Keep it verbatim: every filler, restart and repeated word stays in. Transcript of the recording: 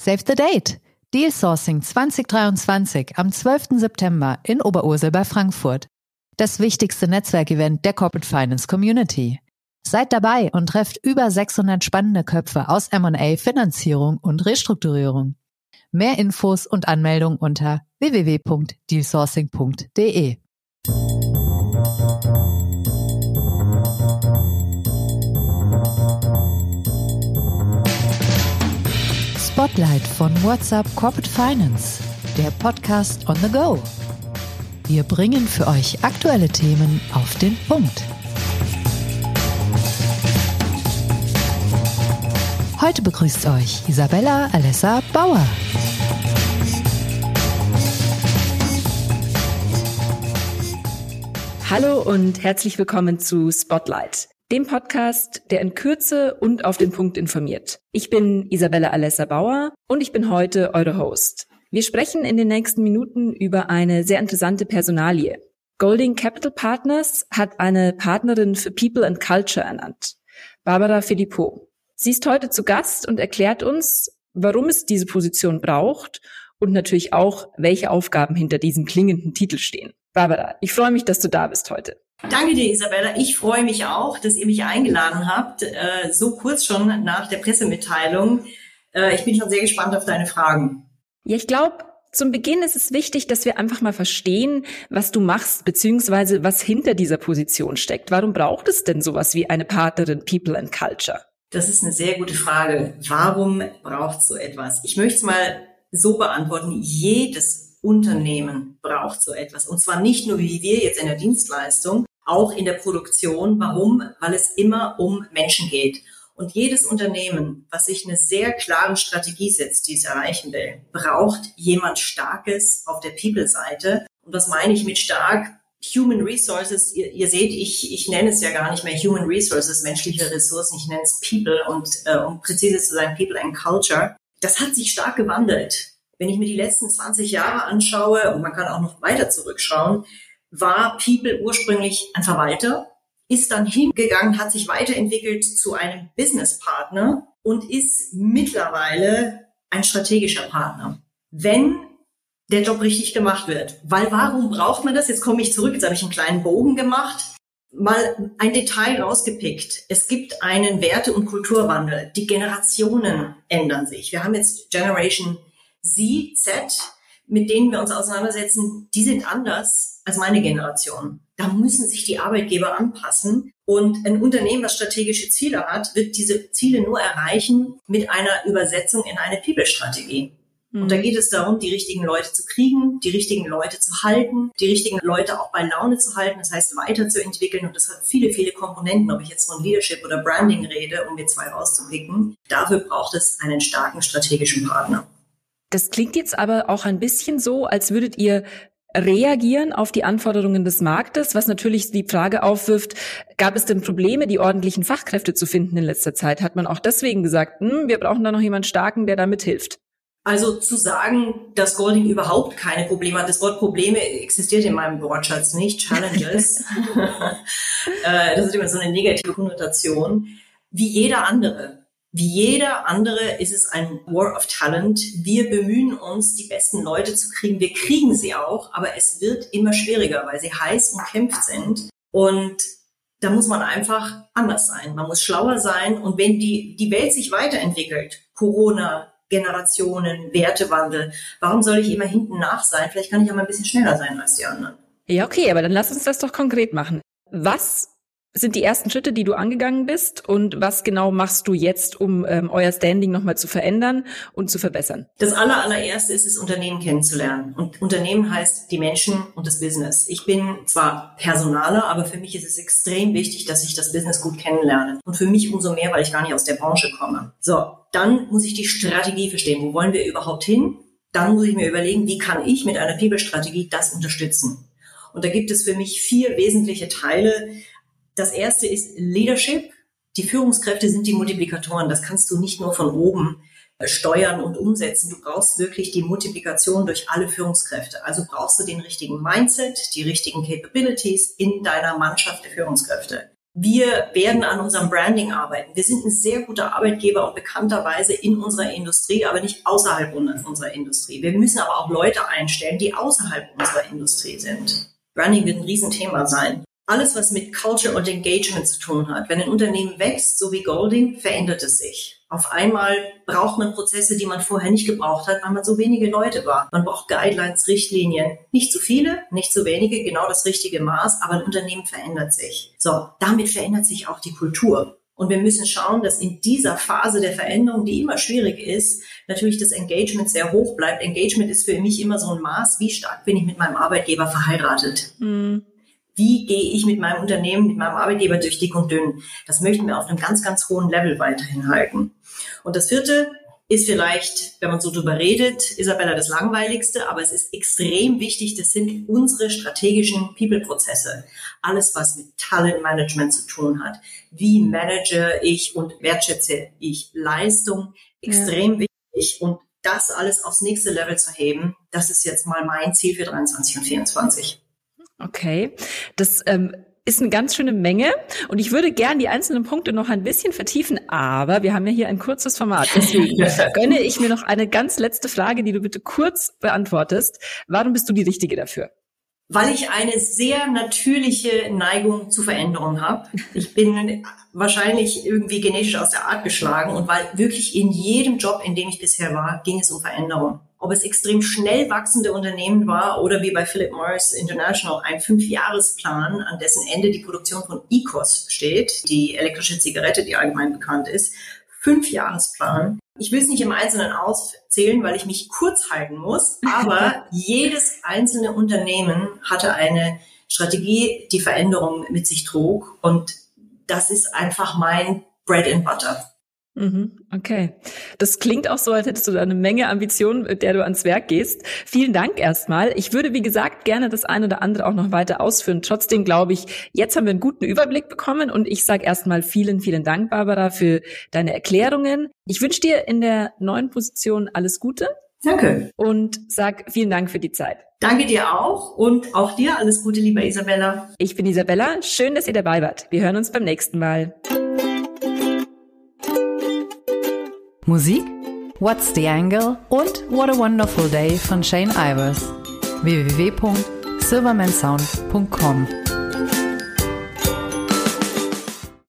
Save the date! Deal Sourcing zwanzig dreiundzwanzig am zwölften September in Oberursel bei Frankfurt. Das wichtigste Netzwerkevent der Corporate Finance Community. Seid dabei und trefft über sechshundert spannende Köpfe aus M und A, Finanzierung und Restrukturierung. Mehr Infos und Anmeldung unter w w w punkt dealsourcing punkt d e. Spotlight von WhatsUp Corporate Finance, der Podcast on the go. Wir bringen für euch aktuelle Themen auf den Punkt. Heute begrüßt euch Isabella Alessa Bauer. Hallo und herzlich willkommen zu Spotlight, dem Podcast, der in Kürze und auf den Punkt informiert. Ich bin Isabella Alessa Bauer und ich bin heute eure Host. Wir sprechen in den nächsten Minuten über eine sehr interessante Personalie. Golding Capital Partners hat eine Partnerin für People and Culture ernannt, Barbara Philippot. Sie ist heute zu Gast und erklärt uns, warum es diese Position braucht und natürlich auch, welche Aufgaben hinter diesem klingenden Titel stehen. Barbara, ich freue mich, dass du da bist heute. Danke dir, Isabella. Ich freue mich auch, dass ihr mich eingeladen habt, äh, so kurz schon nach der Pressemitteilung. Äh, ich bin schon sehr gespannt auf deine Fragen. Ja, ich glaube, zum Beginn ist es wichtig, dass wir einfach mal verstehen, was du machst, beziehungsweise was hinter dieser Position steckt. Warum braucht es denn sowas wie eine Partnerin People and Culture? Das ist eine sehr gute Frage. Warum braucht es so etwas? Ich möchte es mal so beantworten. Jedes Unternehmen braucht so etwas. Und zwar nicht nur wie wir jetzt in der Dienstleistung, auch in der Produktion. Warum? Weil es immer um Menschen geht. Und jedes Unternehmen, was sich eine sehr klare Strategie setzt, die es erreichen will, braucht jemand Starkes auf der People-Seite. Und was meine ich mit stark? Human Resources, ihr, ihr seht, ich, ich nenne es ja gar nicht mehr Human Resources, menschliche Ressourcen, ich nenne es People und äh, um präzise zu sein, People and Culture. Das hat sich stark gewandelt. Wenn ich mir die letzten zwanzig Jahre anschaue, und man kann auch noch weiter zurückschauen, war People ursprünglich ein Verwalter, ist dann hingegangen, hat sich weiterentwickelt zu einem Businesspartner und ist mittlerweile ein strategischer Partner, wenn der Job richtig gemacht wird. Weil warum braucht man das? Jetzt komme ich zurück, jetzt habe ich einen kleinen Bogen gemacht, mal ein Detail rausgepickt. Es gibt einen Werte- und Kulturwandel. Die Generationen ändern sich. Wir haben jetzt Generation Z, Z, mit denen wir uns auseinandersetzen, die sind anders als meine Generation. Da müssen sich die Arbeitgeber anpassen. Und ein Unternehmen, was strategische Ziele hat, wird diese Ziele nur erreichen mit einer Übersetzung in eine People-Strategie. Mhm. Und da geht es darum, die richtigen Leute zu kriegen, die richtigen Leute zu halten, die richtigen Leute auch bei Laune zu halten, das heißt weiterzuentwickeln. Und das hat viele, viele Komponenten, ob ich jetzt von Leadership oder Branding rede, um mir zwei rauszupicken. Dafür braucht es einen starken strategischen Partner. Das klingt jetzt aber auch ein bisschen so, als würdet ihr reagieren auf die Anforderungen des Marktes, was natürlich die Frage aufwirft, gab es denn Probleme, die ordentlichen Fachkräfte zu finden in letzter Zeit? Hat man auch deswegen gesagt, hm, wir brauchen da noch jemanden Starken, der da mithilft? Also zu sagen, dass Golding überhaupt keine Probleme hat, das Wort Probleme existiert in meinem Wortschatz nicht, Challenges. Das ist immer so eine negative Konnotation. Wie jeder andere. Wie jeder andere ist es ein War of Talent. Wir bemühen uns, die besten Leute zu kriegen. Wir kriegen sie auch, aber es wird immer schwieriger, weil sie heiß umkämpft sind. Und da muss man einfach anders sein. Man muss schlauer sein. Und wenn die, die Welt sich weiterentwickelt, Corona, Generationen, Wertewandel, warum soll ich immer hinten nach sein? Vielleicht kann ich auch mal ein bisschen schneller sein als die anderen. Ja, okay, aber dann lass uns das doch konkret machen. Was sind die ersten Schritte, die du angegangen bist, und was genau machst du jetzt, um ähm, euer Standing nochmal zu verändern und zu verbessern? Das aller, allererste ist es, Unternehmen kennenzulernen. Und Unternehmen heißt die Menschen und das Business. Ich bin zwar Personaler, aber für mich ist es extrem wichtig, dass ich das Business gut kennenlerne. Und für mich umso mehr, weil ich gar nicht aus der Branche komme. So, dann muss ich die Strategie verstehen. Wo wollen wir überhaupt hin? Dann muss ich mir überlegen, wie kann ich mit einer People-Strategie das unterstützen? Und da gibt es für mich vier wesentliche Teile. Das erste ist Leadership. Die Führungskräfte sind die Multiplikatoren. Das kannst du nicht nur von oben steuern und umsetzen. Du brauchst wirklich die Multiplikation durch alle Führungskräfte. Also brauchst du den richtigen Mindset, die richtigen Capabilities in deiner Mannschaft der Führungskräfte. Wir werden an unserem Branding arbeiten. Wir sind ein sehr guter Arbeitgeber und bekannterweise in unserer Industrie, aber nicht außerhalb unserer Industrie. Wir müssen aber auch Leute einstellen, die außerhalb unserer Industrie sind. Branding wird ein Riesenthema sein. Alles, was mit Culture und Engagement zu tun hat. Wenn ein Unternehmen wächst, so wie Golding, verändert es sich. Auf einmal braucht man Prozesse, die man vorher nicht gebraucht hat, weil man so wenige Leute war. Man braucht Guidelines, Richtlinien. Nicht zu viele, nicht zu wenige, genau das richtige Maß, aber ein Unternehmen verändert sich. So, damit verändert sich auch die Kultur. Und wir müssen schauen, dass in dieser Phase der Veränderung, die immer schwierig ist, natürlich das Engagement sehr hoch bleibt. Engagement ist für mich immer so ein Maß, wie stark bin ich mit meinem Arbeitgeber verheiratet. Mhm. Wie gehe ich mit meinem Unternehmen, mit meinem Arbeitgeber durch dick und dünn? Das möchten wir auf einem ganz, ganz hohen Level weiterhin halten. Und das vierte ist vielleicht, wenn man so drüber redet, Isabella, das Langweiligste, aber es ist extrem wichtig, das sind unsere strategischen People-Prozesse. Alles, was mit Talent-Management zu tun hat. Wie manage ich und wertschätze ich Leistung? Extrem ja. wichtig. Und das alles aufs nächste Level zu heben, das ist jetzt mal mein Ziel für dreiundzwanzig und vierundzwanzig. Okay, das ähm, ist eine ganz schöne Menge und ich würde gern die einzelnen Punkte noch ein bisschen vertiefen, aber wir haben ja hier ein kurzes Format, deswegen gönne ich mir noch eine ganz letzte Frage, die du bitte kurz beantwortest. Warum bist du die Richtige dafür? Weil ich eine sehr natürliche Neigung zu Veränderung habe. Ich bin wahrscheinlich irgendwie genetisch aus der Art geschlagen und weil wirklich in jedem Job, in dem ich bisher war, ging es um Veränderung. Ob es extrem schnell wachsende Unternehmen war oder wie bei Philip Morris International ein Fünfjahresplan, an dessen Ende die Produktion von I Q O S steht, die elektrische Zigarette, die allgemein bekannt ist. Fünfjahresplan. Ich will es nicht im Einzelnen aufzählen, weil ich mich kurz halten muss, aber jedes einzelne Unternehmen hatte eine Strategie, die Veränderung mit sich trug und das ist einfach mein Bread and Butter. Okay. Das klingt auch so, als hättest du da eine Menge Ambitionen, mit der du ans Werk gehst. Vielen Dank erstmal. Ich würde, wie gesagt, gerne das eine oder andere auch noch weiter ausführen. Trotzdem glaube ich, jetzt haben wir einen guten Überblick bekommen und ich sage erstmal vielen, vielen Dank, Barbara, für deine Erklärungen. Ich wünsche dir in der neuen Position alles Gute. Danke. Und sag vielen Dank für die Zeit. Danke dir auch und auch dir alles Gute, liebe Isabella. Ich bin Isabella. Schön, dass ihr dabei wart. Wir hören uns beim nächsten Mal. Musik, What's the Angle und What a Wonderful Day von Shane Ivers. w w w punkt silverman sound punkt com